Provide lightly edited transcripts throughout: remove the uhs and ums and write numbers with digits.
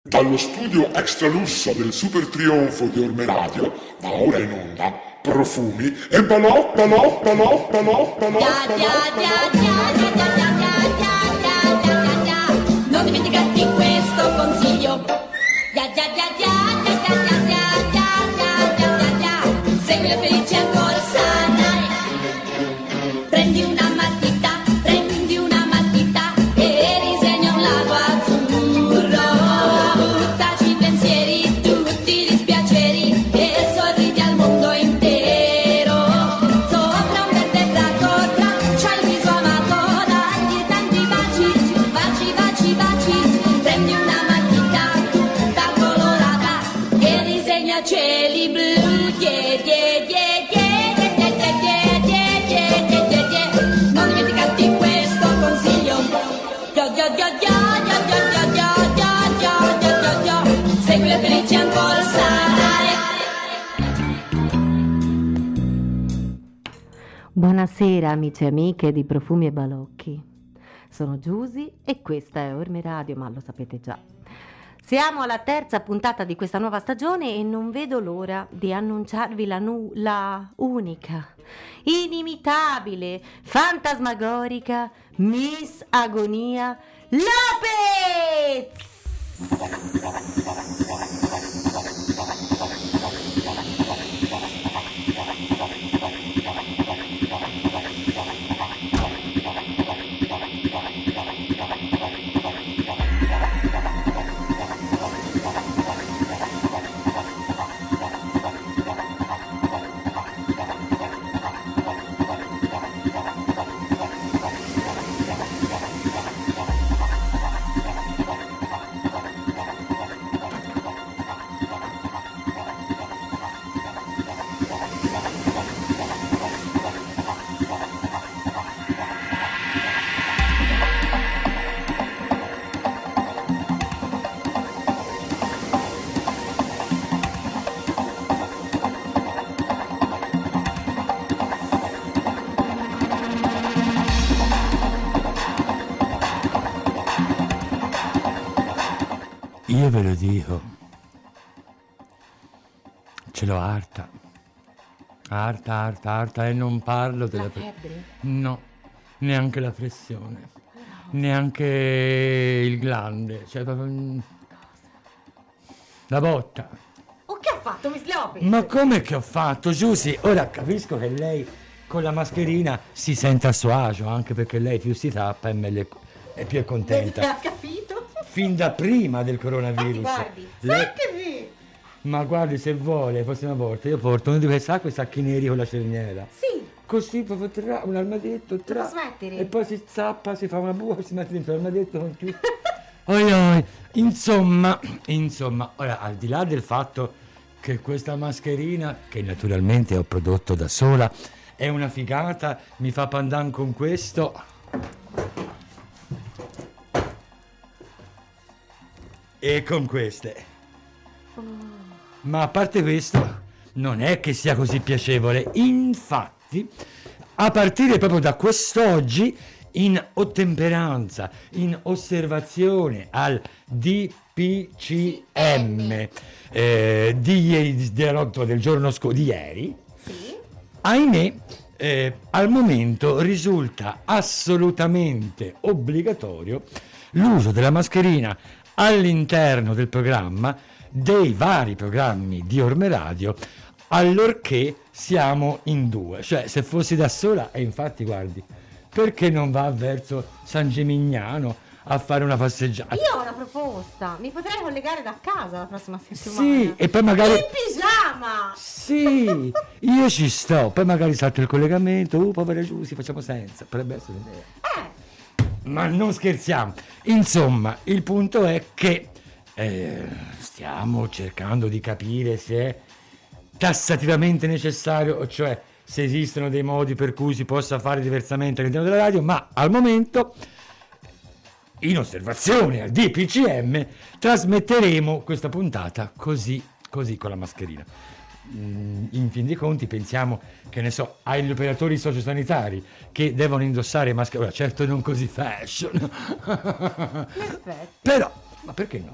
Dallo studio extra lusso del super trionfo di Orme Radio va ora in onda Profumi e balò, balò, balò, balò, balò, non dimenticarti questo consiglio. Segui la felice corsa, prendi una matita e disegna un lago azzurro. Buttaci i pensieri, tutti gli spiaceri e sorridi al mondo intero. Sopra un verde prato traccia il viso amato, dagli tanti baci, prendi una matita tutta colorata e disegna cieli blu. Non dimenticarti questo consiglio. Segui la felice ancora Buonasera amici e amiche di Profumi e Balocchi. Sono Giusy e questa è Orme Radio, ma lo sapete già. Siamo alla terza puntata di questa nuova stagione e non vedo l'ora di annunciarvi la unica, inimitabile, fantasmagorica Miss Agonia Lopez! Io ve lo dico, ce l'ho harta e non parlo della febbre? No, neanche la pressione, neanche il glande, cioè proprio la botta. Oh, che ha fatto Miss Lopez? Ma come che ho fatto, Giusy? Ora capisco che lei con la mascherina si sente a suo agio, anche perché lei più si tappa e meglio è più è contenta. Ha capito? Fin da prima del coronavirus. Guardi, Lei- sempre lì. Ma guardi, se vuole, la prossima volta io porto uno di quei sacchi neri con la cerniera. Sì. Così proprio un armadietto, Devo smettere. e poi si zappa, si fa una buca, si mette dentro l'armadietto con tutto. Oi, oi. Insomma, ora al di là del fatto che questa mascherina, che naturalmente ho prodotto da sola, è una figata, mi fa pandan con questo. E con queste. Ma a parte questo, non è che sia così piacevole. Infatti, a partire proprio da quest'oggi, in ottemperanza, in osservazione al DPCM del giorno di ieri, Sì. ahimè, al momento risulta assolutamente obbligatorio l'uso della mascherina all'interno del programma, dei vari programmi di Orme Radio, allorché siamo in due. Cioè, se fossi da sola, e infatti guardi, perché non va verso San Gimignano a fare una passeggiata? Io ho una proposta, mi potrei collegare da casa la prossima settimana. Sì, e poi magari... In pigiama! Sì, io ci sto, poi magari salto il collegamento, povera Giusy, facciamo senza, potrebbe essere un'idea. Ma non scherziamo. Insomma, il punto è che stiamo cercando di capire se è tassativamente necessario, cioè se esistono dei modi per cui si possa fare diversamente all'interno della radio, ma al momento, in osservazione al DPCM, trasmetteremo questa puntata così con la mascherina. In fin dei conti pensiamo, che ne so, agli operatori sociosanitari che devono indossare maschere, ora certo non così fashion, In effetti. però, ma perché no?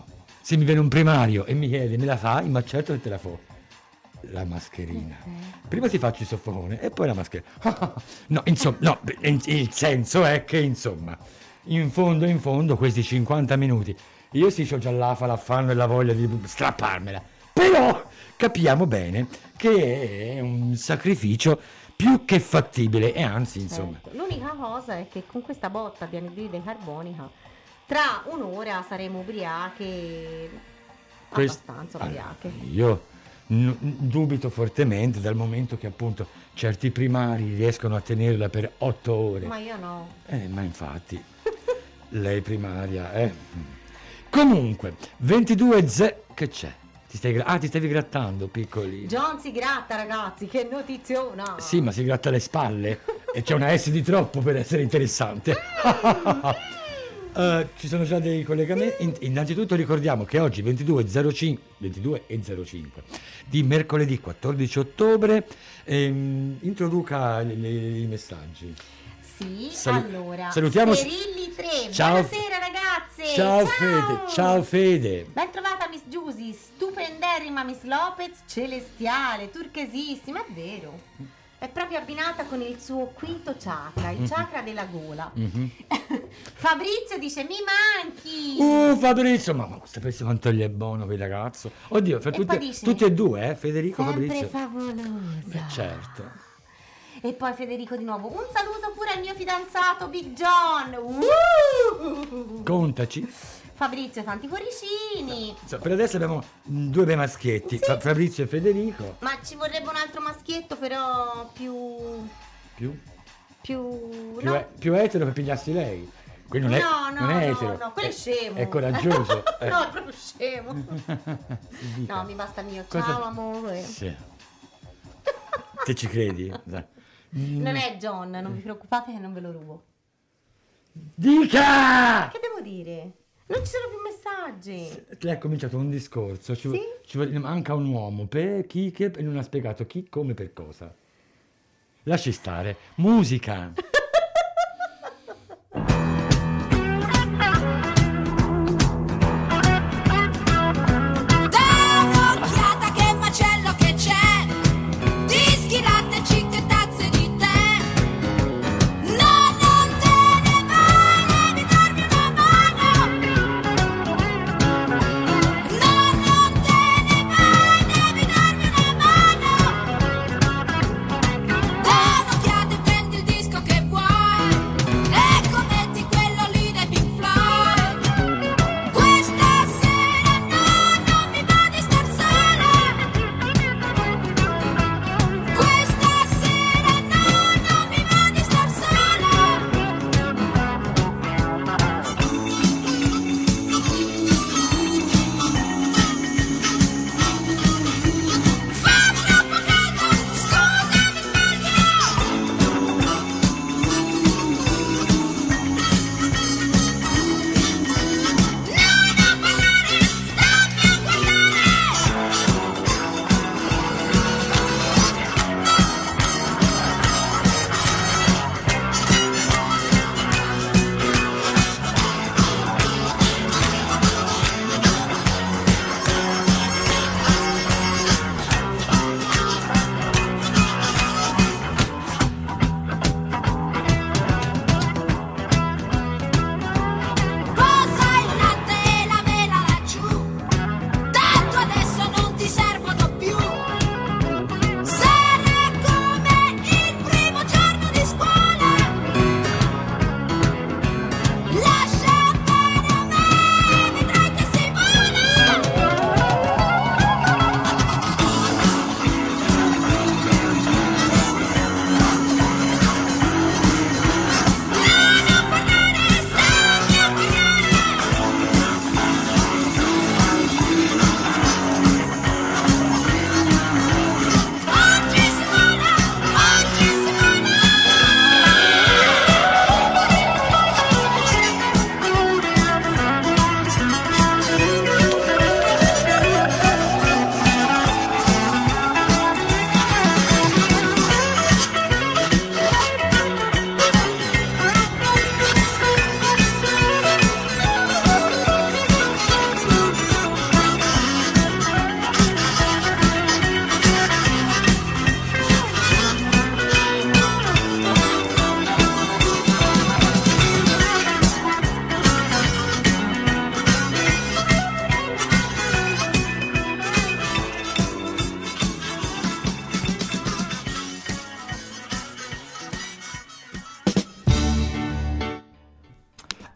se mi viene un primario e mi chiede me la fai, ma certo che te la fo. La mascherina. Prima ti faccio il soffocone e poi la mascherina. No, insomma, no, il senso è che, insomma, in fondo, questi 50 minuti, io sì, c'ho già l'afa, l'affanno e la voglia di strapparmela, però capiamo bene che è un sacrificio più che fattibile e anzi, insomma. Certo. L'unica cosa è che con questa botta di anidride carbonica tra un'ora saremo ubriache, abbastanza ubriache. Io dubito fortemente, dal momento che appunto certi primari riescono a tenerla per 8 ore. Ma io no. Ma infatti, lei primaria, Comunque, 22 che c'è? Ti stavi grattando, piccoli. John si gratta, ragazzi, che notiziona. Sì, ma si gratta le spalle e c'è una S di troppo per essere interessante. Ci sono già dei collegamenti. Sì. Innanzitutto ricordiamo che oggi 22:05 di mercoledì 14 ottobre introduca i messaggi. Sì, allora salutiamo Ferilli 3. Ciao. Buonasera ragazze. Ciao Fede. Ciao Fede. Ben trovata Miss Giusy, stupenderrima Miss Lopez, celestiale, turchesissima, è vero. È proprio abbinata con il suo quinto chakra, il chakra della gola. Fabrizio dice mi manchi. Fabrizio, ma sapessi quanto gli è buono quel ragazzo. Oddio, tutti e due, Federico, sempre Fabrizio. favolosa. Certo. E poi Federico di nuovo. Un saluto pure al mio fidanzato Big John. Contaci. Fabrizio, tanti cuoricini. Per adesso abbiamo 2 bei maschietti, Sì. Fabrizio e Federico. Ma ci vorrebbe un altro maschietto, però più etero per pigliarsi lei. Quello non è, non è etero. No, quello è scemo. È coraggioso. No, è proprio scemo. No, mi basta il mio. Ciao amore. Sì. Se ci credi. Non è John, non vi preoccupate che non ve lo rubo. Dica! Che devo dire? Non ci sono più messaggi. Lei ha cominciato un discorso, Sì? manca un uomo per chi che e non ha spiegato chi, come, per cosa. Lasci stare. Musica. Un'occhiata che macello che c'è, dischi, latte, cic e tazze di tè. No, non te ne vai, devi darmi una mano. No, non te ne vai, devi darmi una mano. Da un'occhiata e prendi il disco che vuoi.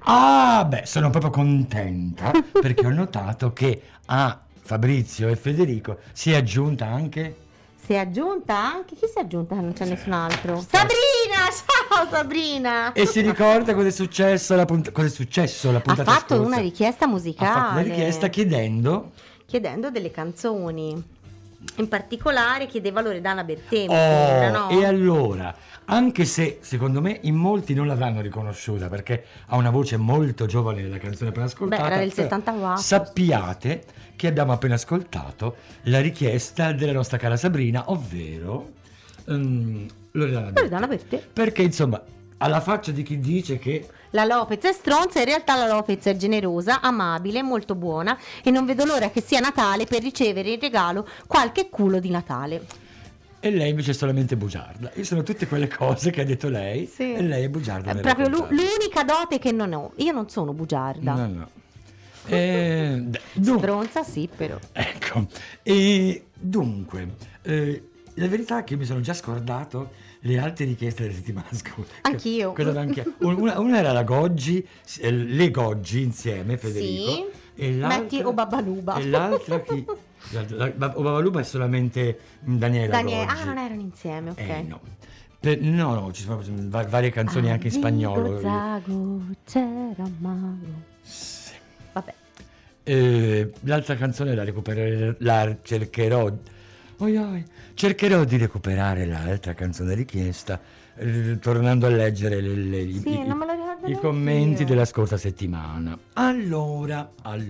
Ah, beh, sono proprio contenta perché ho notato che a Fabrizio e Federico si è aggiunta anche... Si è aggiunta anche? Chi si è aggiunta? Non c'è nessun altro. Sabrina! Ciao Sabrina! E si ricorda cosa è successo cosa è successo la Ha puntata fatto scorsa? una richiesta musicale. Ha fatto una richiesta chiedendo... Chiedendo delle canzoni. In particolare chiedeva Loredana Bertè, mi Oh, sembra, no? e allora, anche se secondo me in molti non l'avranno riconosciuta perché ha una voce molto giovane nella canzone appena ascoltata, Beh, era del però 74. sappiate che abbiamo appena ascoltato la richiesta della nostra cara Sabrina, ovvero Loredana Bertè. Loredana Bertè. Perché insomma, alla faccia di chi dice che La Lopez è stronza, in realtà la Lopez è generosa, amabile, molto buona e non vedo l'ora che sia Natale per ricevere in regalo qualche culo di Natale. e lei invece è solamente bugiarda. E sono tutte quelle cose che ha detto lei Sì. e lei è bugiarda. È nel proprio raccontare. l'unica dote che non ho. Io non sono bugiarda. No, no. Dunque, Stronza sì, però. ecco, e dunque, la verità è che mi sono già scordato le altre richieste della settimana scorsa. Anch'io. Una era la Goggi, le Goggi insieme, Federico. Sì. E l'altra, Metti O Babbaluba. E l'altra chi? O Babbaluba è solamente Daniela Daniele. Goggi. Ah, non erano insieme, ok. No. No, ci sono varie canzoni anche in spagnolo. Zago, c'era un mago. Sì. Vabbè. L'altra canzone la cercherò. Cercherò di recuperare l'altra canzone richiesta, tornando a leggere Sì, non me lo ricordo i neanche commenti io. della scorsa settimana. Allora.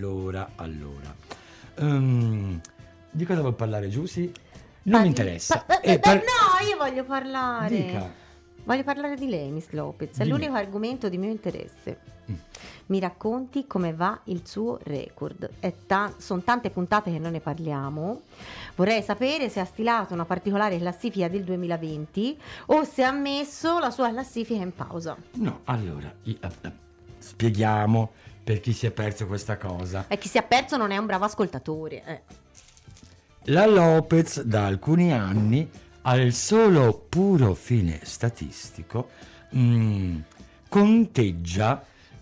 Di cosa vuoi parlare, Giussi? Non mi interessa. No, io voglio parlare. Dica. Voglio parlare di lei, Miss Lopez. È Di l'unico me. argomento di mio interesse. Mm. Mi racconti come va il suo record. Sono tante puntate che non ne parliamo. Vorrei sapere se ha stilato una particolare classifica del 2020 o se ha messo la sua classifica in pausa. No, allora, spieghiamo per chi si è perso questa cosa. E chi si è perso non è un bravo ascoltatore. La Lopez da alcuni anni, al solo puro fine statistico, conteggia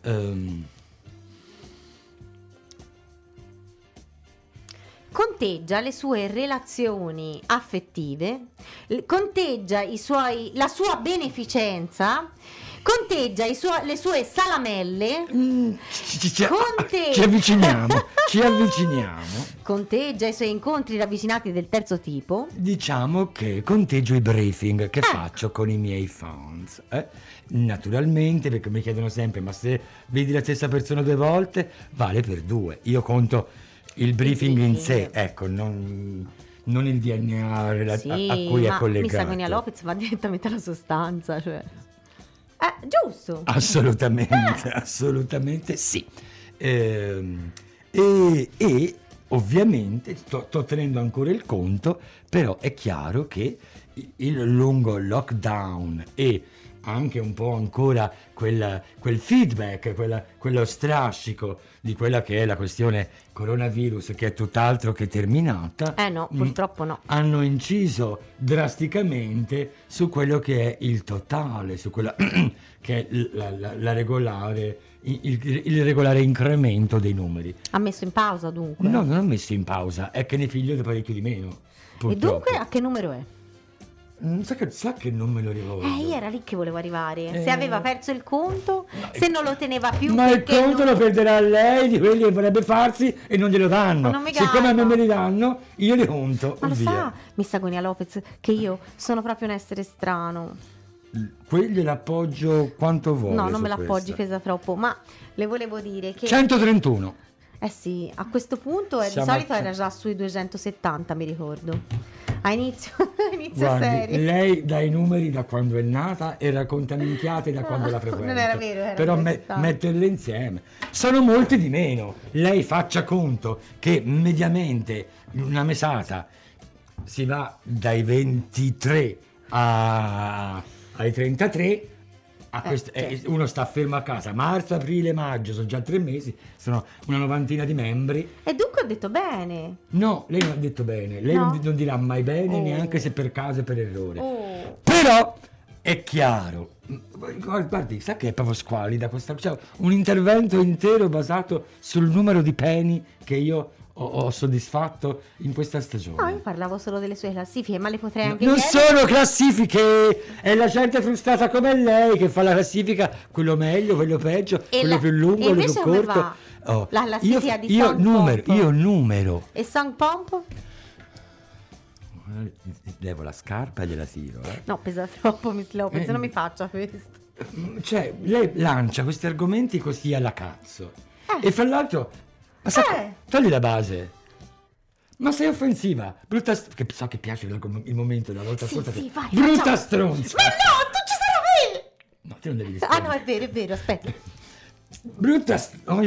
Conteggia le sue relazioni affettive, conteggia la sua beneficenza, conteggia le sue salamelle, ci avviciniamo. Conteggia i suoi incontri ravvicinati del terzo tipo. Diciamo che conteggio i briefing che faccio con i miei fans. Naturalmente, perché mi chiedono sempre, ma se vedi la stessa persona 2 volte, vale per 2. Io conto il briefing in sé, ecco, non il DNA Sì, a cui è ma collegato. Miss Agonia Lopez va direttamente alla sostanza, cioè. Giusto. Assolutamente sì. E ovviamente sto tenendo ancora il conto, però è chiaro che il lungo lockdown e anche un po' ancora quel feedback, quello strascico di quella che è la questione coronavirus, che è tutt'altro che terminata. No, purtroppo no. Hanno inciso drasticamente su quello che è il totale, su quella che è la regolare, il regolare incremento dei numeri. Ha messo in pausa dunque? No, non ho messo in pausa, è che ne figlio parecchio di meno. E Purtroppo. dunque a che numero è? Sa che non me lo ricordo. Io era lì che volevo arrivare. Se aveva perso il conto, se non lo teneva più. Ma il perché conto non- lo perderà lei di quelli che vorrebbe farsi e non glielo danno. Ma non mi Siccome a me garba. me li danno, io li conto. Ma lo via. sa, Miss Agonia Lopez, che io sono proprio un essere strano. Quelli l'appoggio quanto vuole. No, non su me l'appoggi, questa. pesa troppo. Ma le volevo dire che 131. sì, a questo punto di Siamo solito a- era già sui 270, mi ricordo. A inizio Guardi, serie. lei dà i numeri da quando è nata e racconta minchiate da quando la frequenta. Non era vero, era Però 270. metterle insieme. Sono molti di meno. Lei faccia conto che mediamente in una mesata si va dai 23 ai 33. Uno sta fermo a casa, marzo, aprile, maggio, sono già 3 mesi, sono una 90ina di membri. E dunque ho detto bene. No, lei non ha detto bene, lei No? non dirà mai bene, Oh. neanche se per caso e per errore. Oh. Però è chiaro. Guardi, sa che è proprio squallida questa, cioè, un intervento intero basato sul numero di peni che io ho soddisfatto in questa stagione. No, io parlavo solo delle sue classifiche, ma le potrei anche Non chiedere. sono classifiche, è la gente frustrata come lei che fa la classifica, quello meglio, quello peggio, quello più lungo, quello più invece come corto. va la classifica di io Song numero, Pomp? io numero. E Song Pomp? Levo la scarpa e gliela tiro. No, pesa troppo, Miss Lopez, non mi faccia questo. Cioè, lei lancia questi argomenti così alla cazzo. E fra l'altro, ma togli la base. Ma sei offensiva, brutta che so che piace il momento della volta scorsa. Sì, vai, brutta facciamo. stronza. Ma no, tu ci sarai! No, te non devi Ah rispondere. no, è vero, aspetta. Brutta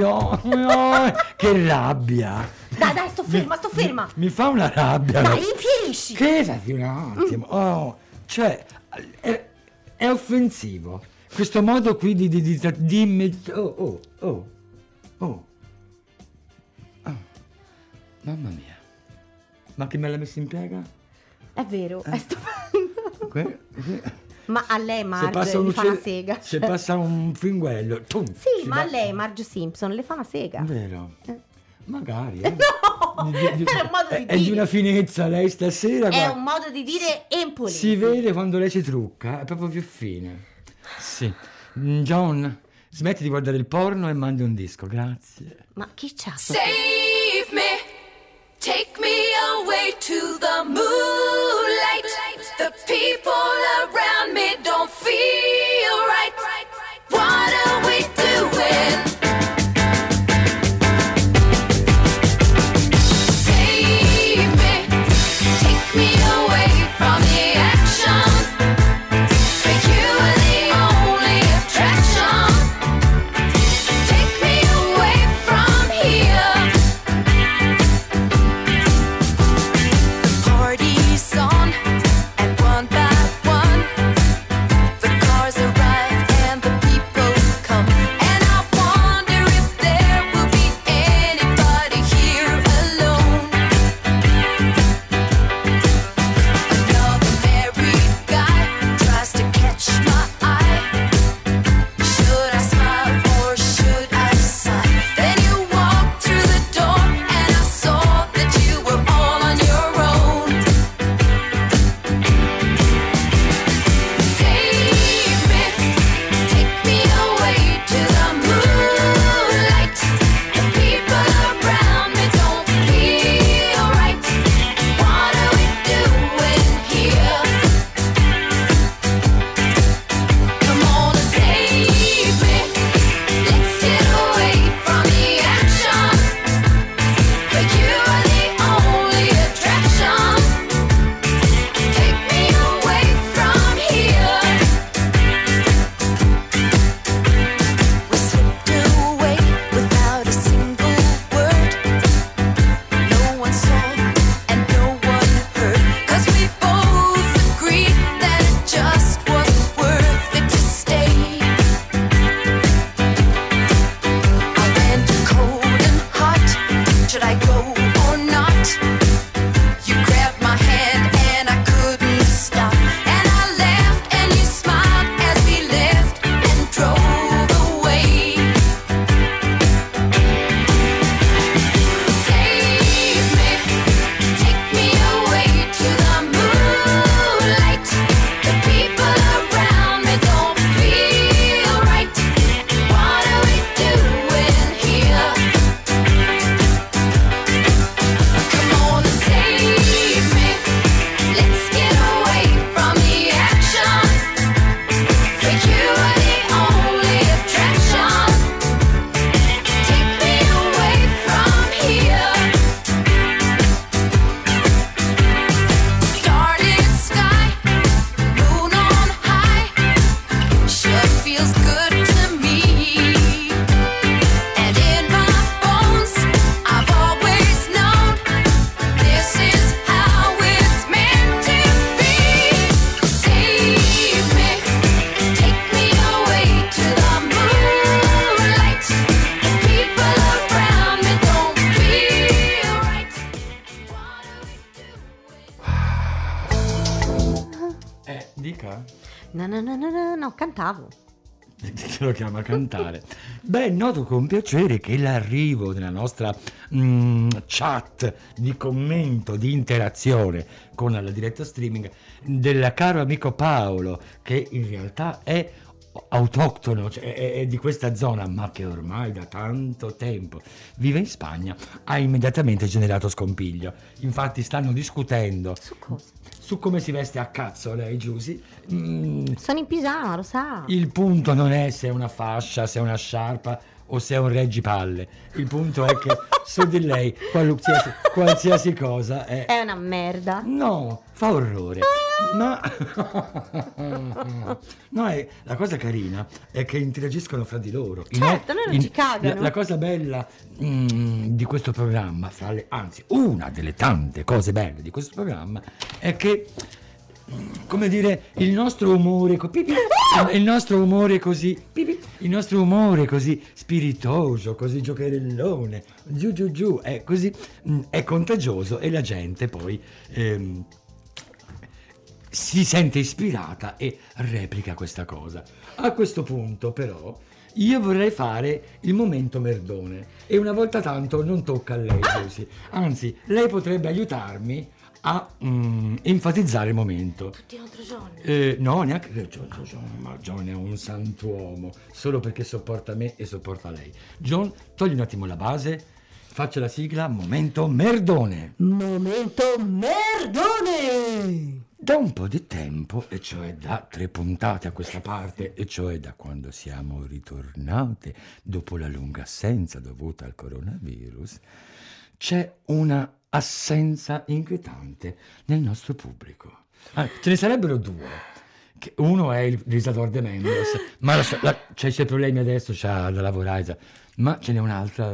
che rabbia. Dai, sto ferma. Mi fa una rabbia. Dai, infierisci. Che fai un attimo? Cioè, è offensivo. Questo modo qui di mamma mia. Ma che me l'ha messo in piega? È vero, è stupendo. Ma a lei Marge gli fa una sega. Se passa un fringuello. Sì, ma a lei Marge Simpson le fa una sega. Vero? Magari. No, era un modo di È di dire. una finezza lei stasera. È guarda. un modo di dire empoli. Si vede quando lei si trucca, è proprio più fine. Sì. John, smetti di guardare il porno e mandi un disco, grazie. Ma chi c'ha? Save me, take me away to the moonlight. The people around me don't feel right. What are we doing? Save me, take me away from the action. For you are the only attraction. Take me away from here. No, cantavo. Se lo chiama cantare. Beh, noto con piacere che l'arrivo della nostra chat di commento, di interazione con la diretta streaming del caro amico Paolo, che in realtà è autoctono, cioè è di questa zona, ma che ormai da tanto tempo vive in Spagna, ha immediatamente generato scompiglio. Infatti stanno discutendo Su cosa? su come si veste a cazzo lei, Giusy. Sono in pigiama, lo sa. Il punto non è se è una fascia, se è una sciarpa o se è un reggipalle. Il punto è che su di lei qualsiasi cosa È una merda. No, fa orrore. Ma no, la cosa carina è che interagiscono fra di loro. Certo, noi non ci cagano. La cosa bella di questo programma, anzi, una delle tante cose belle di questo programma è che, come dire, il nostro umore il nostro umore così spiritoso, così giocherellone, giù, è così, è contagioso, e la gente poi si sente ispirata e replica questa cosa. A questo punto però io vorrei fare il momento merdone, e una volta tanto non tocca a lei, Giusy. Anzi, lei potrebbe aiutarmi a enfatizzare il momento. Tutti contro John. No, neanche John, ma John è un santuomo, solo perché sopporta me e sopporta lei. John, togli un attimo la base, faccia la sigla Momento Merdone. Momento merdone! Da un po' di tempo, e cioè da 3 puntate a questa parte, e cioè da quando siamo ritornate dopo la lunga assenza dovuta al coronavirus, c'è una assenza inquietante nel nostro pubblico. Ce ne sarebbero 2. Uno è il Risador de Mendes, ma c'è i suoi problemi adesso, c'ha da lavorare, ma ce n'è un'altra.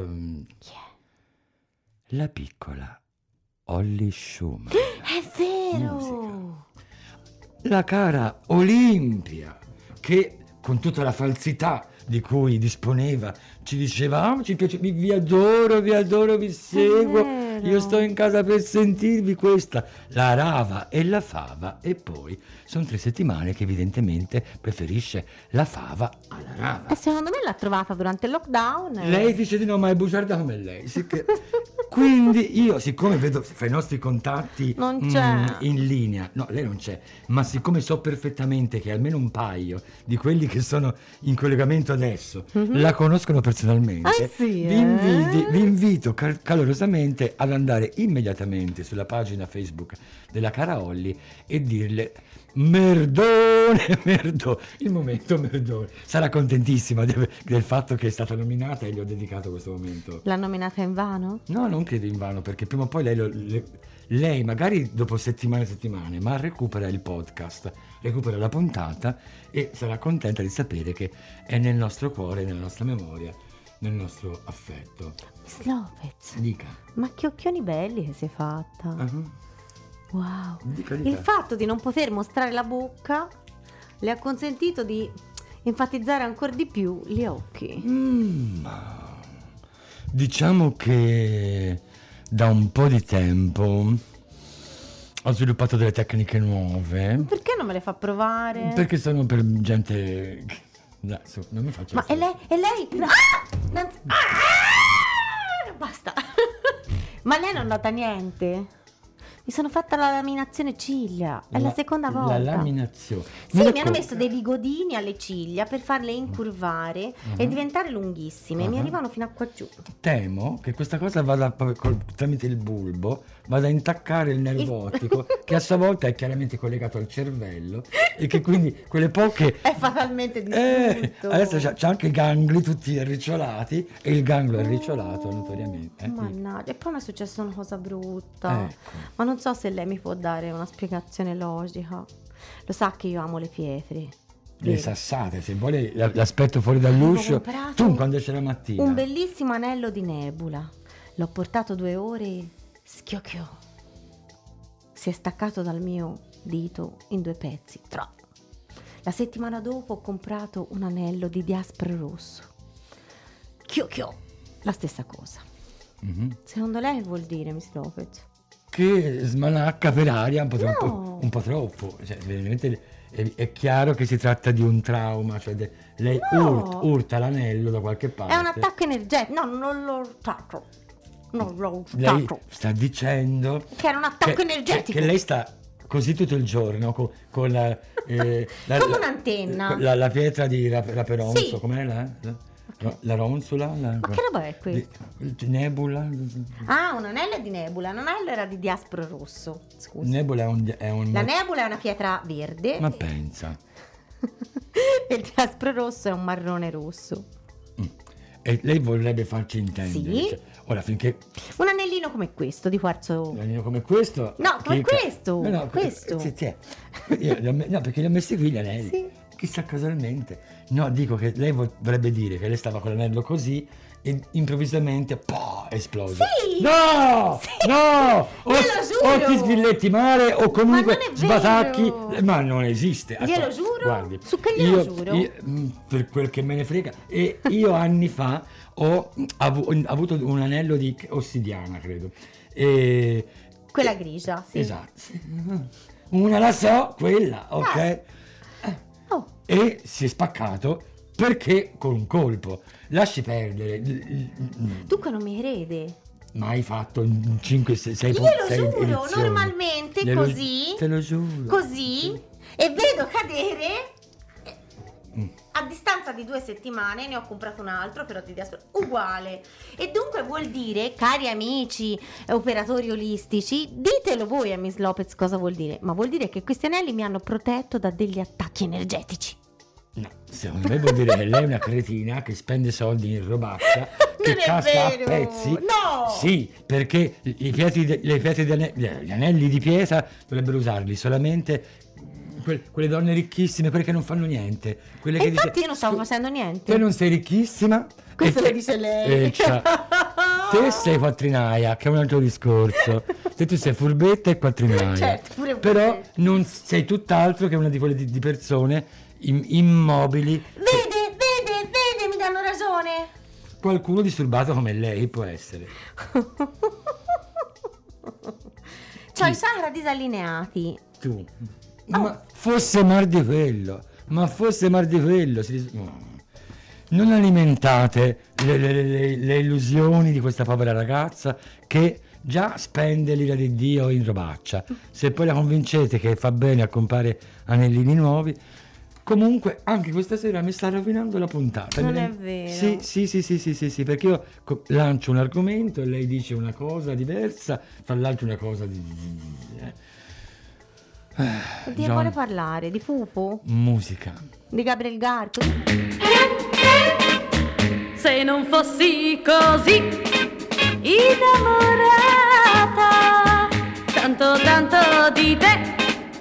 La piccola Holly Schumann. È vero! Musica. La cara Olimpia, che con tutta la falsità di cui disponeva ci diceva: ci piace, vi adoro, vi seguo, io sto in casa per sentirvi. Questa la rava e la fava, e poi sono 3 settimane che evidentemente preferisce la fava alla rava. E secondo me l'ha trovata durante il lockdown. Lei dice di no, ma è bugiarda come lei. Quindi io, siccome vedo fra i nostri contatti Non c'è. in linea, no, lei non c'è, ma siccome so perfettamente che almeno un paio di quelli che sono in collegamento adesso la conoscono personalmente, sì, vi invito calorosamente ad andare immediatamente sulla pagina Facebook della cara Holly e dirle: merdone, il momento merdone. Sarà contentissima del fatto che è stata nominata, e gli ho dedicato questo momento. L'ha nominata in vano? No, non credo in vano, perché prima o poi lei magari dopo settimane, ma recupera il podcast, recupera la puntata, e sarà contenta di sapere che è nel nostro cuore, nella nostra memoria, nel nostro affetto. Miss Lopez, Dica. ma che occhioni belli che sei fatta. Wow. Dica. Il fatto di non poter mostrare la bocca le ha consentito di enfatizzare ancora di più gli occhi. Diciamo che da un po' di tempo ho sviluppato delle tecniche nuove. Perché non me le fa provare? Perché sono per gente. Dai, su, non mi faccio. Ma è lei? Basta. Ma lei non nota niente? Mi sono fatta la laminazione ciglia, è la seconda volta. La laminazione. Sì, mi hanno messo dei bigodini alle ciglia per farle incurvare e diventare lunghissime. Mi arrivano fino a qua giù. Temo che questa cosa vada tramite il bulbo, vada a intaccare il nervo ottico, che a sua volta è chiaramente collegato al cervello, e che quindi quelle poche. È fatalmente distrutto. Adesso c'ha anche i gangli tutti arricciolati, e il ganglio è arricciolato notoriamente. Mannaggia, e poi mi è successa una cosa brutta. Ecco. Ma non so se lei mi può dare una spiegazione logica. Lo sa che io amo le pietre. Le sassate, se vuole l'aspetto fuori dall'uscio. Tu quando c'è la mattina. Un bellissimo anello di nebula. L'ho portato 2 ore, schioccchiò. Si è staccato dal mio dito in 2 pezzi. La settimana dopo ho comprato un anello di diaspro rosso. Chiocchiò. La stessa cosa. Secondo lei vuol dire, Miss Lopez? Che smanacca per aria un po' No. un po' troppo, cioè veramente è chiaro che si tratta di un trauma, cioè lei No. urta l'anello da qualche parte. È un attacco energetico. No, non l'ho urtato. Non l'ho Lei urtato. sta dicendo Che era un attacco che energetico. lei sta così tutto il giorno con la, Come un'antenna. la pietra di Raperonzo, Sì. com'è la ronsula? Ma che roba è questa? Nebula? Ah, un anello di nebula. Un anello era di diaspro rosso. Scusa. Nebula è un La nebula è una pietra verde. ma pensa. E il diaspro rosso è un marrone rosso. E lei vorrebbe farci intendere. Sì. Cioè, ora, finché Un anellino come questo, di quarzo. un anello come questo. No, come chicca. questo, No, questo. sì. No, perché li ho messi qui gli anelli. Sì. Chissà casualmente. No, dico che lei vorrebbe dire che lei stava con l'anello così e improvvisamente esplode. Sì! No! Sì! No! Glielo giuro! O ti sbilletti male o comunque Ma non è sbatacchi. vero! Ma non esiste. Glielo Aspetta, giuro? Guardi, Su che glielo giuro? per quel che me ne frega. E io anni fa ho avuto un anello di ossidiana, credo. E Quella grigia, sì. esatto. Una la so, quella, ok? Oh, E si è spaccato perché con un colpo. Lasci perdere. dunque non mi crede. Mai fatto in 5, 6 Glielo giuro, normalmente così. Te lo giuro. Così. E vedo cadere. A distanza di 2 settimane ne ho comprato un altro, però di diaspora uguale. E dunque vuol dire, cari amici operatori olistici, ditelo voi a Miss Lopez cosa vuol dire. Ma vuol dire che questi anelli mi hanno protetto da degli attacchi energetici. No, secondo me vuol dire che lei è una cretina che spende soldi in robaccia che Non è casca vero! a pezzi. No! Sì, perché gli anelli di pietra dovrebbero usarli solamente quelle donne ricchissime, quelle che non fanno niente. Quelle E che infatti dice, io non stavo facendo niente. te non sei ricchissima. Questo e lo te- dice lei. te sei quattrinaia, che è un altro discorso. Te tu sei furbetta e quattrinaia. Certo, pure Però furbetta. non sei tutt'altro che una di quelle di persone immobili. Vede, mi danno ragione. Qualcuno disturbato come lei può essere. C'ho i sacra disallineati. Tu. Ma fosse mar di quello. No. Non alimentate le illusioni di questa povera ragazza che già spende l'ira di Dio in robaccia. Se poi la convincete che fa bene a comprare anellini nuovi, comunque anche questa sera mi sta rovinando la puntata. Non è vero. Sì, perché io lancio un argomento e lei dice una cosa diversa, tra l'altro una cosa di Di che John- vuole parlare? Di Fufu? musica. Di Gabriel Garco? Se non fossi così innamorata, tanto di te,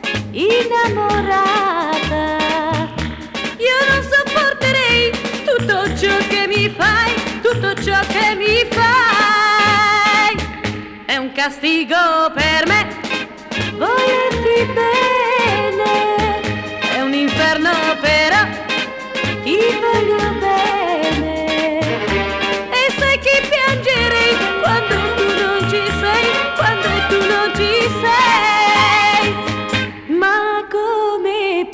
innamorata, io non sopporterei tutto ciò che mi fai, tutto ciò che mi fai. È un castigo per me volerti bene, è un inferno però ti voglio bene. E sai che piangerei quando tu non ci sei, quando tu non ci sei. Ma come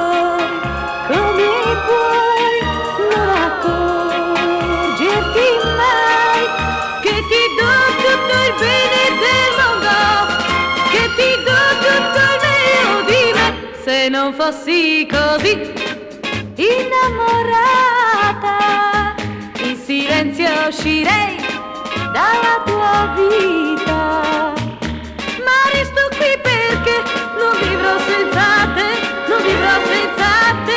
puoi non accorgerti mai che ti do tutto il bene del mondo, che ti do tutto il meglio di me. Se non fossi così innamorata, in silenzio uscirei dalla tua vita, ma resto qui perché non vivrò senza te, non vivrò senza te.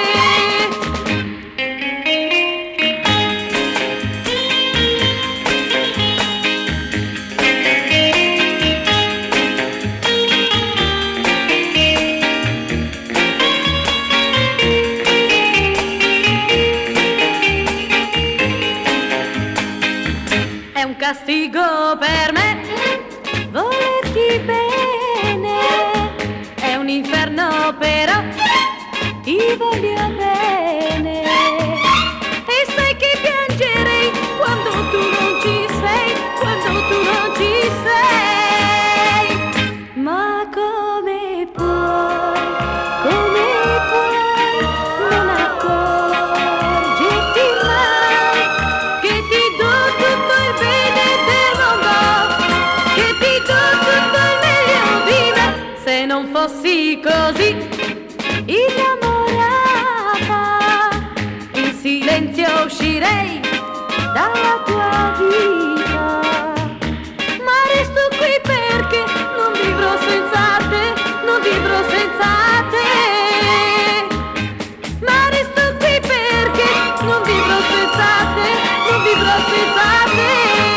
È un castigo per me volerti bene, è un inferno però ti voglio bene. E sai che piangerei quando tu non ci sei, quando tu non ci sei. Ma come puoi fossi così innamorata, in silenzio uscirei dalla tua vita, ma resto qui perché non vivrò senza te, non vivrò senza te, ma resto qui perché non vivrò senza te, non vivrò senza te.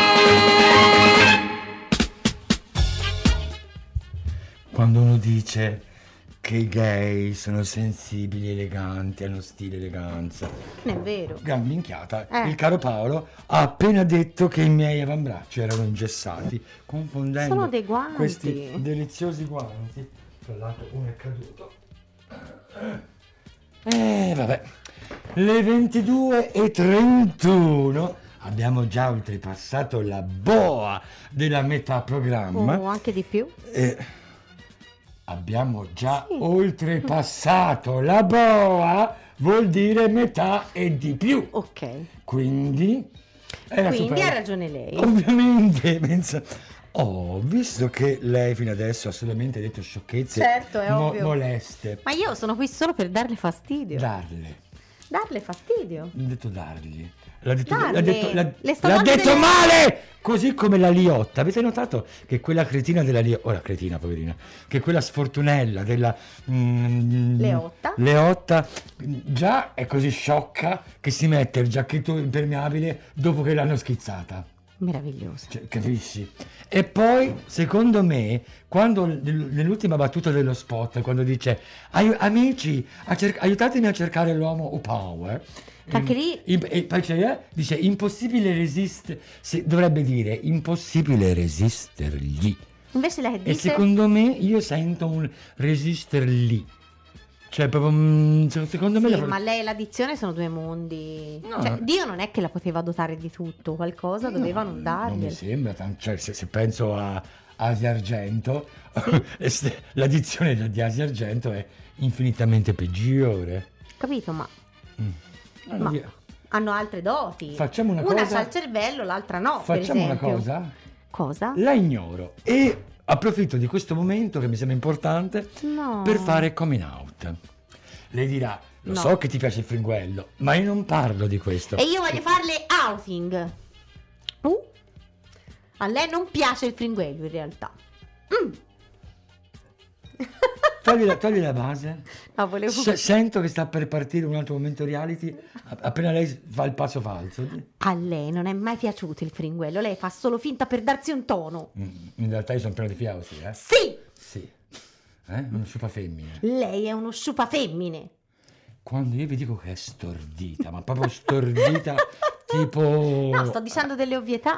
Quando uno dice che i gay sono sensibili, eleganti, hanno stile, eleganza. Non è vero. Gran minchiata. Il caro Paolo ha appena detto che i miei avambracci erano ingessati, confondendo Sono dei guanti. questi deliziosi guanti. Tra l'altro uno è caduto. Vabbè. Le 22:31. Abbiamo già oltrepassato la boa della metà programma. O anche di più. Abbiamo già oltrepassato la boa, vuol dire metà e di più. Ok. Quindi Ha ragione lei. Ovviamente, visto che lei fino adesso ha solamente detto sciocchezze, Certo, è ovvio. moleste. Ma io sono qui solo per darle fastidio. Darle fastidio. Non ho detto dargli. L'ha detto, Darle. l'ha detto, l'ha- Le sto l'ha dando detto delle- male! Così come la Liotta. Avete notato che quella cretina della Liotta, la cretina poverina, che quella sfortunella della Leotta già è così sciocca che si mette il giacchetto impermeabile dopo che l'hanno schizzata. Meraviglioso. Cioè, capisci? E poi, secondo me, quando nell'ultima battuta dello spot, quando dice amici, aiutatemi a cercare l'uomo power, Anche lì e poi dice impossibile resistere, dovrebbe dire impossibile resistergli. invece lei E dice secondo me io sento un resistergli. Cioè, proprio, secondo me... sì, ma lei e l'addizione sono due mondi. No. Cioè, Dio non è che la poteva dotare di tutto, qualcosa dovevano Non mi darglielo. sembra, cioè, se penso a Asia Argento, l'addizione di Asia Argento è infinitamente peggiore. Capito? Ma Allora, Ma- hanno altre doti. Facciamo una Una cosa- c'ha il cervello, l'altra no. facciamo una per esempio. cosa? Cosa? La ignoro e approfitto di questo momento che mi sembra importante No. per fare coming out. Lei dirà, lo No. so che ti piace il fringuello, ma io non parlo di questo. E io voglio farle outing. A lei non piace il fringuello in realtà. Togli la base. No, volevo... Sento che sta per partire un altro momento reality appena lei fa il passo falso. A lei non è mai piaciuto il fringuello, lei fa solo finta per darsi un tono. In realtà io sono pieno di fiausi, eh? Sì, Sì. Uno sciupa femmina. lei è uno sciupa femmine. Quando io vi dico che è stordita, ma proprio stordita, tipo... No, sto dicendo delle ovvietà.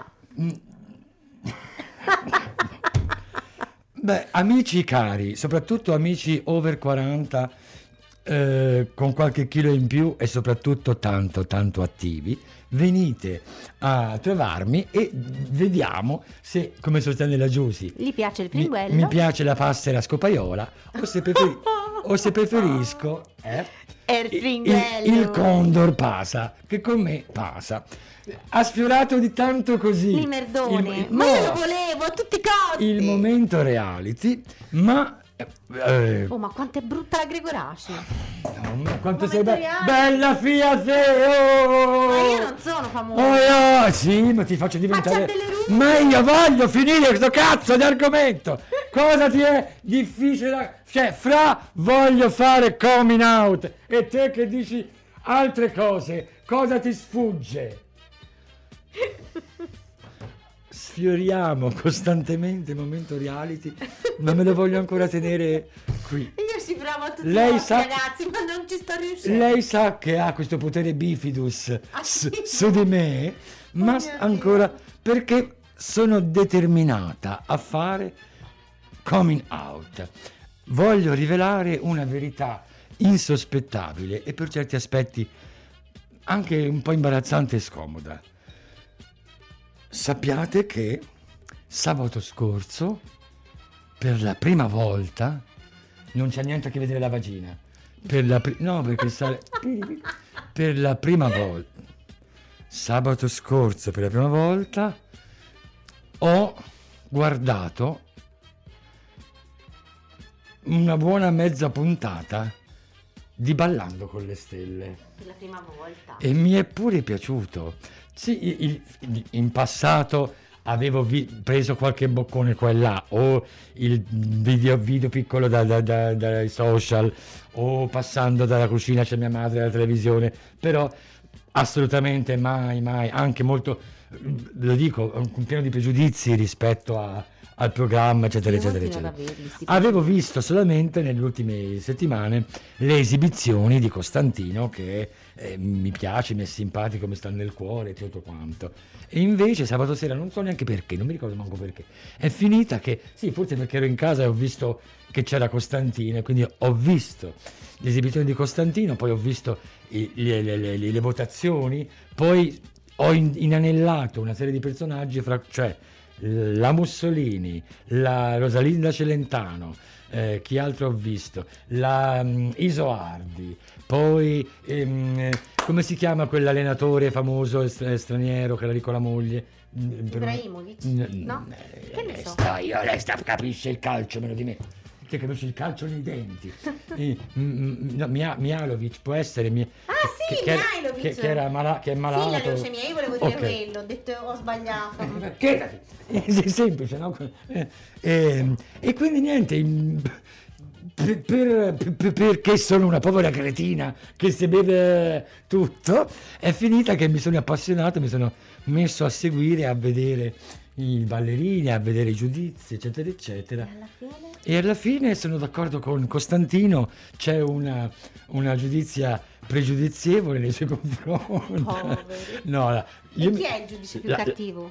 Beh, amici cari, soprattutto amici over 40, con qualche chilo in più e soprattutto tanto attivi, venite a trovarmi e vediamo se, come sostiene la Giusy, Gli piace il fringuello? mi piace la passera scopaiola o se preferisco È il fringuello. il condor pasa, che con me pasa. Ha sfiorato di tanto così Il merdone. il- Ma no, io lo volevo a tutti i costi. il momento reality, ma Oh, ma quanto è brutta la Gregoraci. quanto sei momento reality. bella figlia Ma te, io non sono famosa. sì, ma ti faccio diventare, c'ha delle rughe. ma io voglio finire questo cazzo di argomento. Cosa ti è difficile cioè, voglio fare coming out e te che dici altre cose, cosa ti sfugge? Sfioriamo costantemente il momento reality, ma me lo voglio ancora tenere qui. Io ci provo a tutti Lei i costi, sa- ragazzi, ma non ci sto riuscendo. Lei sa che ha questo potere bifidus sì? su di me, ma mio Dio. ancora perché sono determinata a fare coming out. Voglio rivelare una verità insospettabile e per certi aspetti anche un po' imbarazzante e scomoda. Sappiate che sabato scorso, per la prima volta, non c'è niente a che vedere la vagina. No, perché per la prima volta, sabato scorso, per la prima volta, ho guardato una buona mezza puntata di Ballando con le stelle. Per la prima volta. E mi è pure piaciuto. Sì, in passato avevo preso qualche boccone qua e là, o il video piccolo dai social, o passando dalla cucina c'è mia madre alla televisione, però assolutamente mai, anche molto, lo dico, con pieno di pregiudizi rispetto al programma, eccetera, eccetera, eccetera. Avevo visto solamente nelle ultime settimane le esibizioni di Costantino, che mi piace, mi è simpatico, mi sta nel cuore, tutto quanto. E invece sabato sera, non so neanche perché, non mi ricordo manco perché, è finita che, sì, forse perché ero in casa e ho visto che c'era Costantino, e quindi ho visto le esibizioni di Costantino, poi ho visto le votazioni, poi ho inanellato una serie di personaggi, cioè la Mussolini, la Rosalinda Celentano, chi altro ho visto, la Isoardi, poi come si chiama quell'allenatore famoso straniero che era lì con la moglie? Ibrahimovic? No? Che ne so? Lei capisce il calcio meno di me. Che capisce il calcio nei denti. No, Mihajlovic può essere Mihajlovic che è malato. Sì, la leucemia, io volevo dire Okay. quello, ho detto, ho sbagliato. Che è semplice, no? E quindi niente, perché sono una povera cretina che si beve tutto, è finita che mi sono appassionato, mi sono messo a seguire, a vedere i ballerini, a vedere i giudizi, eccetera, eccetera. E alla fine sono d'accordo con Costantino, c'è una giudizia pregiudizievole nei suoi confronti. No, E chi è il giudice più cattivo?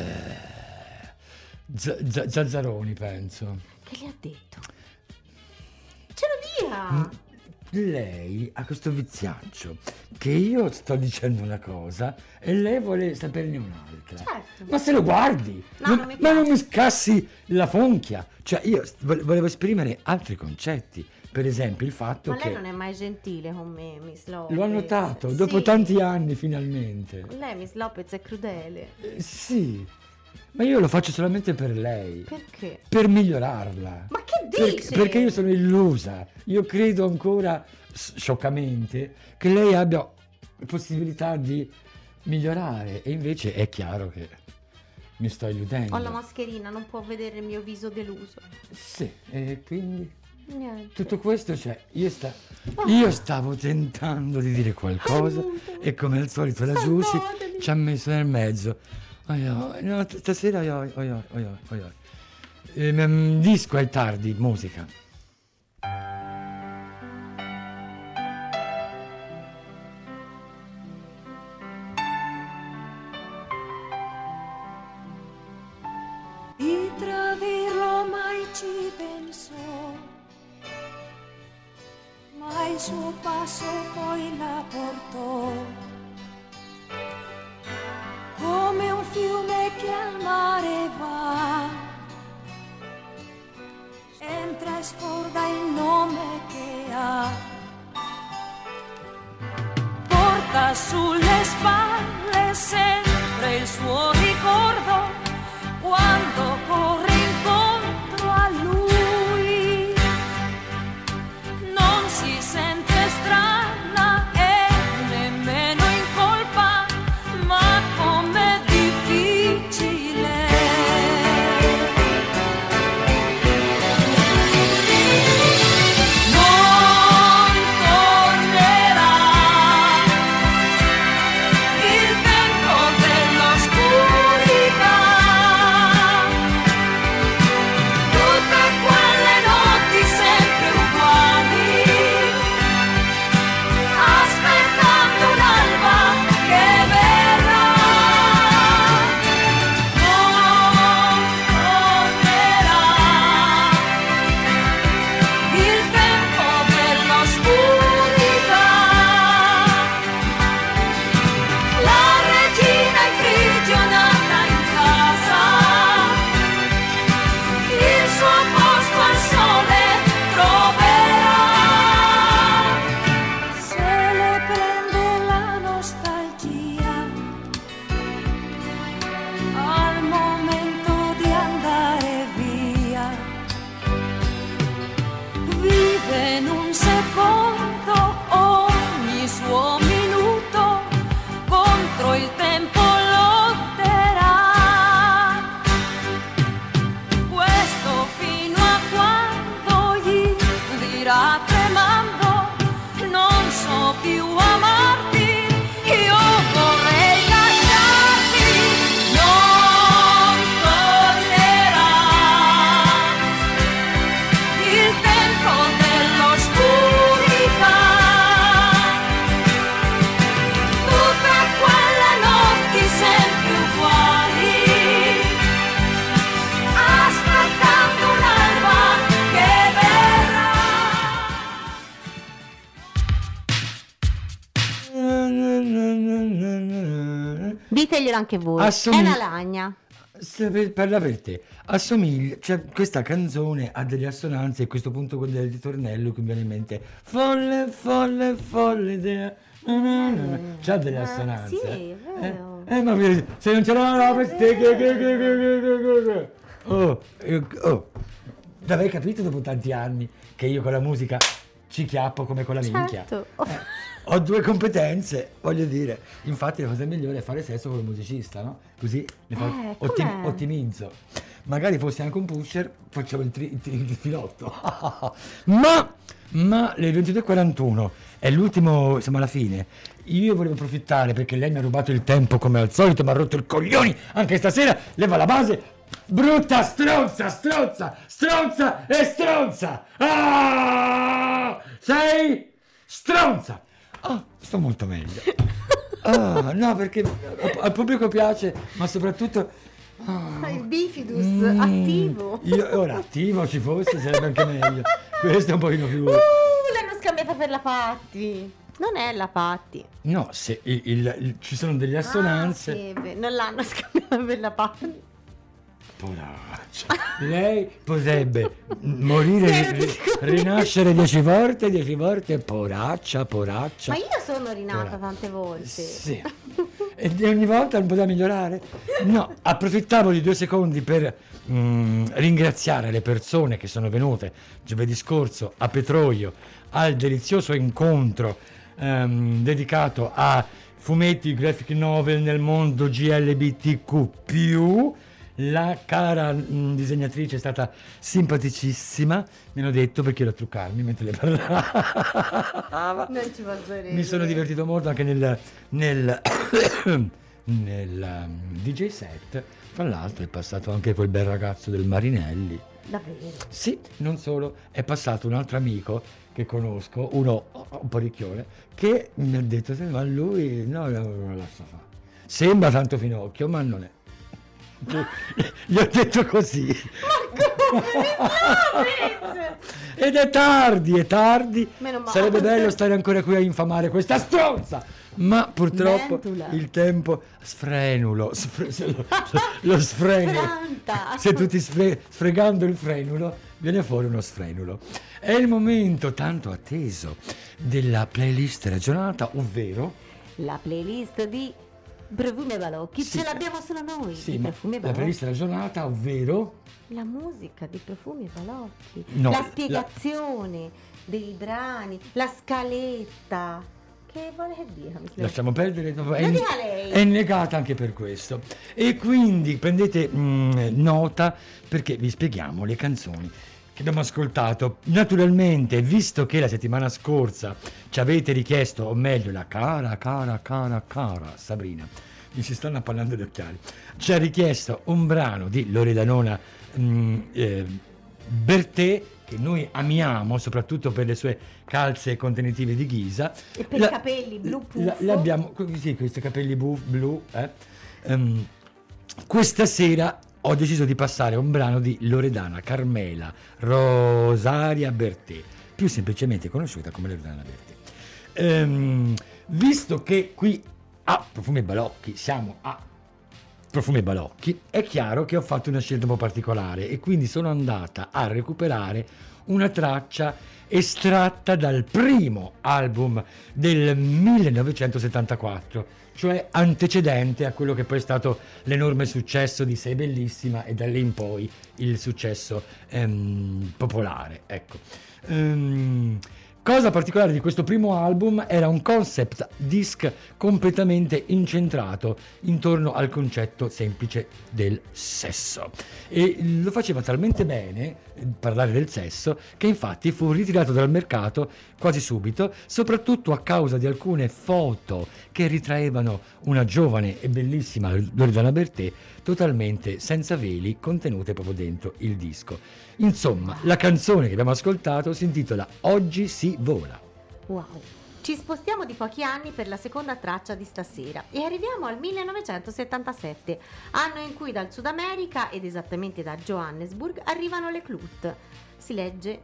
Zazzaroni, penso. Che gli ha detto? Ce lo dia! Lei ha questo viziaccio che io sto dicendo una cosa e lei vuole saperne un'altra. Certo. Ma se lo guardi, No, non mi ma non piace. mi scassi la fonchia. Cioè io volevo esprimere altri concetti, per esempio il fatto Ma che lei non è mai gentile con me, Miss Lopez. l'ho notato dopo Sì. tanti anni finalmente. Lei, Miss Lopez, è crudele. Sì, ma io lo faccio solamente per lei. Perché? Per migliorarla. Ma che dice? Perché io sono illusa. Io credo ancora, scioccamente, che lei abbia possibilità di migliorare. E invece è chiaro che mi sto illudendo. Ho la mascherina, non può vedere il mio viso deluso. Sì, e quindi Niente. tutto questo, cioè, io stavo tentando di dire qualcosa e come al solito la Giussi ci ha messo nel mezzo. No, stasera disco è tardi, musica. Di tradirlo mai ci pensò, ma il suo passo poi la portò come un fiume che al mare va, entra e scorda il nome che ha, porta sulle spalle sempre il suo ricordo quando corre incontro a lui, non si sente strana e nemmeno in colpa, ma com'è difficile. Non tornerà, Diteglielo anche voi. È una lagna. Parla per te, assomiglia, cioè questa canzone ha delle assonanze, e a questo punto quello del ritornello che mi viene in mente folle, folle, folle idea. C'ha delle assonanze. Sì, è vero. Ma se non ce l'ha per te, l'avrei capito dopo tanti anni che io con la musica ci chiappo come con la minchia. Certo. Ho due competenze, voglio dire. Infatti la cosa migliore è fare sesso con un musicista, no? Così com'è? ottimizzo. Magari fossi anche un pusher, facciamo il filotto. ma le 22:41 è l'ultimo, siamo alla fine. Io volevo approfittare perché lei mi ha rubato il tempo come al solito, mi ha rotto il coglioni anche stasera, leva la base. Brutta stronza, stronza, stronza e stronza! Ah! Sei stronza! Oh, sto molto meglio. No, perché al pubblico piace, ma soprattutto... Il bifidus attivo. Ora attivo ci fosse, sarebbe anche meglio. Questo è un pochino più... L'hanno scambiata per la Patti. Non è la Patti. No, se ci sono delle assonanze... Sì, non l'hanno scambiata per la Patti. Poraccia. Lei potrebbe morire, rinascere 10 volte, poraccia. Ma io sono rinata tante volte. Sì. E ogni volta non poteva migliorare? No, approfittavo di 2 secondi per ringraziare le persone che sono venute giovedì scorso a Petroio al delizioso incontro dedicato a fumetti graphic novel nel mondo GLBTQ+. La cara disegnatrice è stata simpaticissima, mi hanno detto, perché ero a truccarmi mentre le parlava. Non ci posso ridere. Mi sono divertito molto anche nel DJ set. Tra l'altro è passato anche quel bel ragazzo del Marinelli. Davvero? Sì, non solo, è passato un altro amico che conosco, uno un po' ricchione, che mi ha detto, ma lui no, non lo lascia fare. Sembra tanto Finocchio, ma non è. Gli ho detto così. Ed è tardi. Sarebbe bello stare ancora qui a infamare questa stronza, ma purtroppo il tempo sfrenulo lo sfrenulo. Se tu ti sfregando il frenulo viene fuori uno sfrenulo. È il momento tanto atteso della playlist ragionata, ovvero la playlist di Profumi e Balocchi. Sì. Ce l'abbiamo solo noi. Sì, di ma Profumi e la Balocchi. playlist ragionata, ovvero La musica di Profumi e Balocchi. No, la spiegazione dei brani, la scaletta. Che vuole dire? lasciamo perdere, Lo dica lei. è negata anche per questo. E quindi prendete nota, perché vi spieghiamo le canzoni che abbiamo ascoltato. Naturalmente, visto che la settimana scorsa ci avete richiesto, o meglio la cara Sabrina, mi si stanno appannando gli occhiali, ci ha richiesto un brano di Loredanona Bertè, che noi amiamo soprattutto per le sue calze contenitive di ghisa E per i capelli blu puffo. l'abbiamo, sì, questi capelli blu. Questa sera ho deciso di passare un brano di Loredana Carmela Rosaria Bertè, più semplicemente conosciuta come Loredana Bertè. Visto che qui a Profumi e Balocchi siamo a Profumi e Balocchi, è chiaro che ho fatto una scelta un po' particolare e quindi sono andata a recuperare una traccia estratta dal primo album del 1974, cioè antecedente a quello che poi è stato l'enorme successo di Sei Bellissima e da lì in poi il successo popolare. Ecco. Cosa particolare di questo primo album era un concept disc completamente incentrato intorno al concetto semplice del sesso, e lo faceva talmente bene parlare del sesso che infatti fu ritirato dal mercato quasi subito, soprattutto a causa di alcune foto che ritraevano una giovane e bellissima Loredana Bertè totalmente senza veli, contenute proprio dentro il disco. Insomma, la canzone che abbiamo ascoltato si intitola Oggi si vola. Wow. Ci spostiamo di pochi anni per la seconda traccia di stasera e arriviamo al 1977, anno in cui dal Sud America ed esattamente da Johannesburg arrivano le Clut. Si legge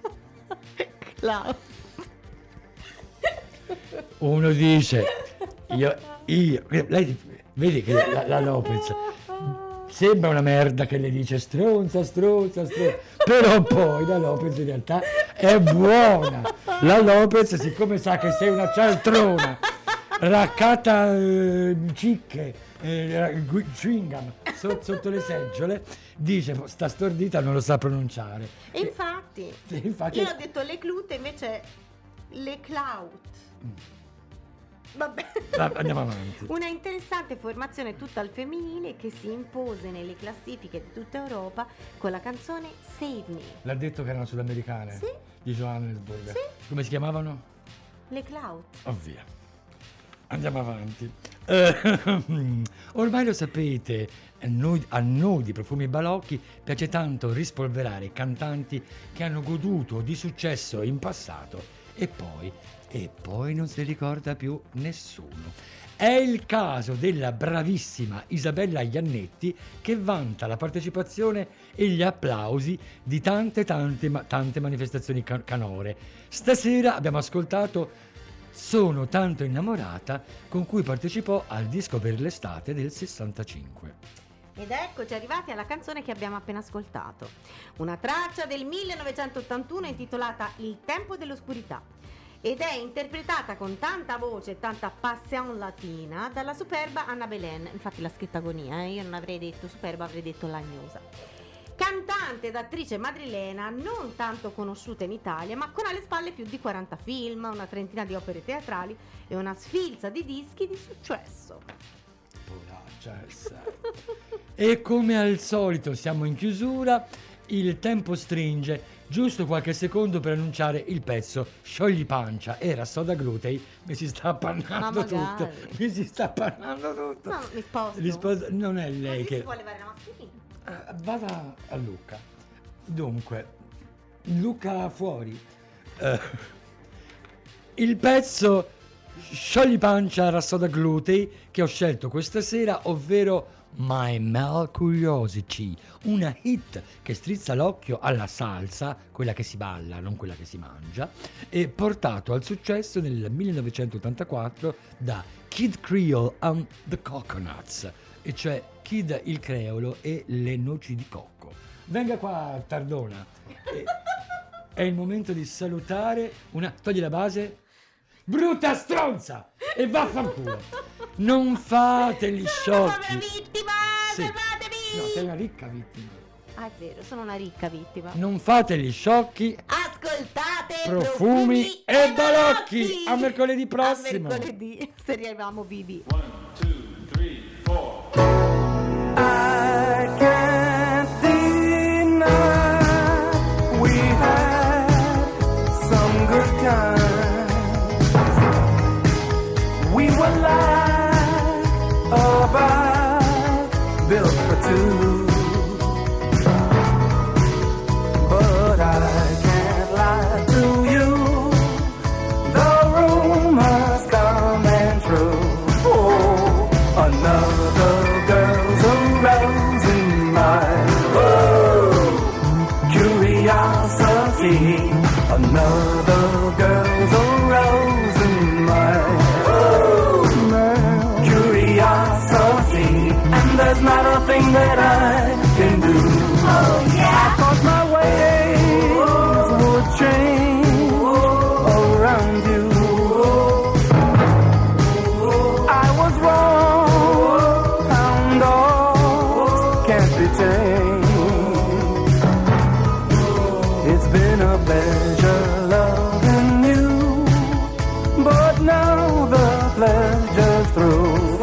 Uno dice Lei vedi che la Lopez sembra una merda che le dice stronza, però poi la Lopez in realtà è buona. La Lopez, siccome sa che sei una cialtrona, raccata cicche, chewing gum sotto le seggiole, dice sta stordita non lo sa pronunciare. E infatti io ho detto le clute, invece le clout. Vabbè. Andiamo avanti. Una interessante formazione tutta al femminile che si impose nelle classifiche di tutta Europa con la canzone Save Me. L'ha detto che erano sudamericane? Sì. Di Johannesburg. Sì. Come si chiamavano? Le clout. Oh, via. Andiamo avanti. Ormai lo sapete, a noi di Profumi e Balocchi piace tanto rispolverare cantanti che hanno goduto di successo in passato e poi non si ricorda più nessuno. È il caso della bravissima Isabella Iannetti, che vanta la partecipazione e gli applausi di tante manifestazioni canore. Stasera abbiamo ascoltato Sono tanto innamorata, con cui partecipò al Disco per l'estate del 65. Ed eccoci arrivati alla canzone che abbiamo appena ascoltato, una traccia del 1981 intitolata Il tempo dell'oscurità, ed è interpretata con tanta voce e tanta passion latina dalla superba Anna Belén. Infatti l'ha scritta agonia, io non avrei detto superba, avrei detto lagnosa. Cantante ed attrice madrilena, non tanto conosciuta in Italia, ma con alle spalle più di 40 film, una trentina di opere teatrali e una sfilza di dischi di successo. Poraccia essa. E come al solito siamo in chiusura, il tempo stringe, giusto qualche secondo per annunciare il pezzo Sciogli pancia e Rassoda glutei. Mi si sta appannando tutto. No, mi sposto. Non è lei che... Si può levare la mascherina? Vada a Luca. Dunque, Luca fuori. Il pezzo Sciogli pancia Rassoda glutei che ho scelto questa sera, ovvero My Mel Curiosity, una hit che strizza l'occhio alla salsa, quella che si balla, non quella che si mangia, e portato al successo nel 1984 da Kid Creole and the Coconuts, e cioè Kid il Creolo e le noci di cocco. Venga qua, Tardona. È il momento di salutare una... Togli la base. Brutta stronza! E vaffanculo! Non fate gli sciocchi! Sono una vittima! Sì. Salvatevi! No, sei una ricca vittima. Ah, è vero, sono una ricca vittima. Non fate gli sciocchi! Ascoltate Profumi e Balocchi! A mercoledì prossimo! A mercoledì, se arriviamo vivi. 1, 2, 3, 4. I can't deny we had some good times. We were like a bike built for two. But I can't lie to you, the rumors coming true. Oh, another girl's a rose in my curiosity. Another girl's a rose in my curiosity. And there's not a thing that I can do. Oh yeah, I thought my ways would change around you. I was wrong, hound dogs can't be tamed. It's been a pleasure loving you, but now the pleasure's through.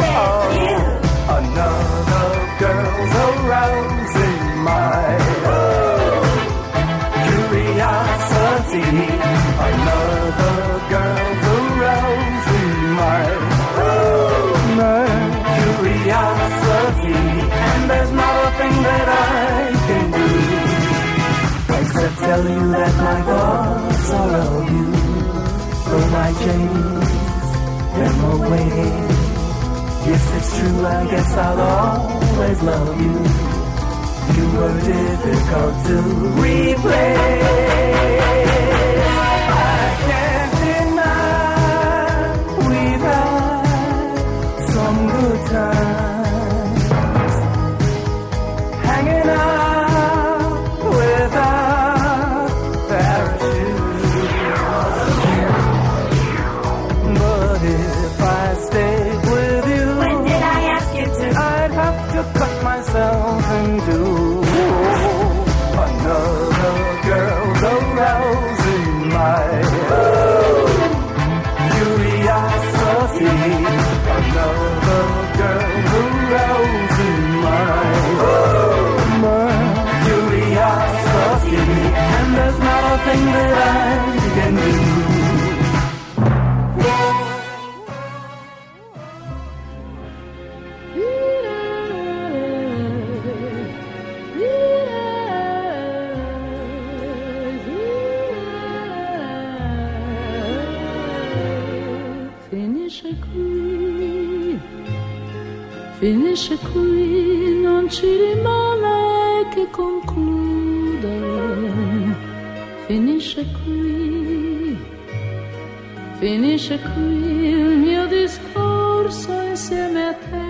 Another girl's a rose in my curiosity. Another girl's a rose in my curiosity. And there's not a thing that I can do except tell you that my thoughts are of you. Though I chase them away, yes, it's true, I guess I'll always love you. You were difficult to replace. I can't deny we've had Finisce qui, non ci rimane che concludere. Finisce qui il mio discorso insieme a te.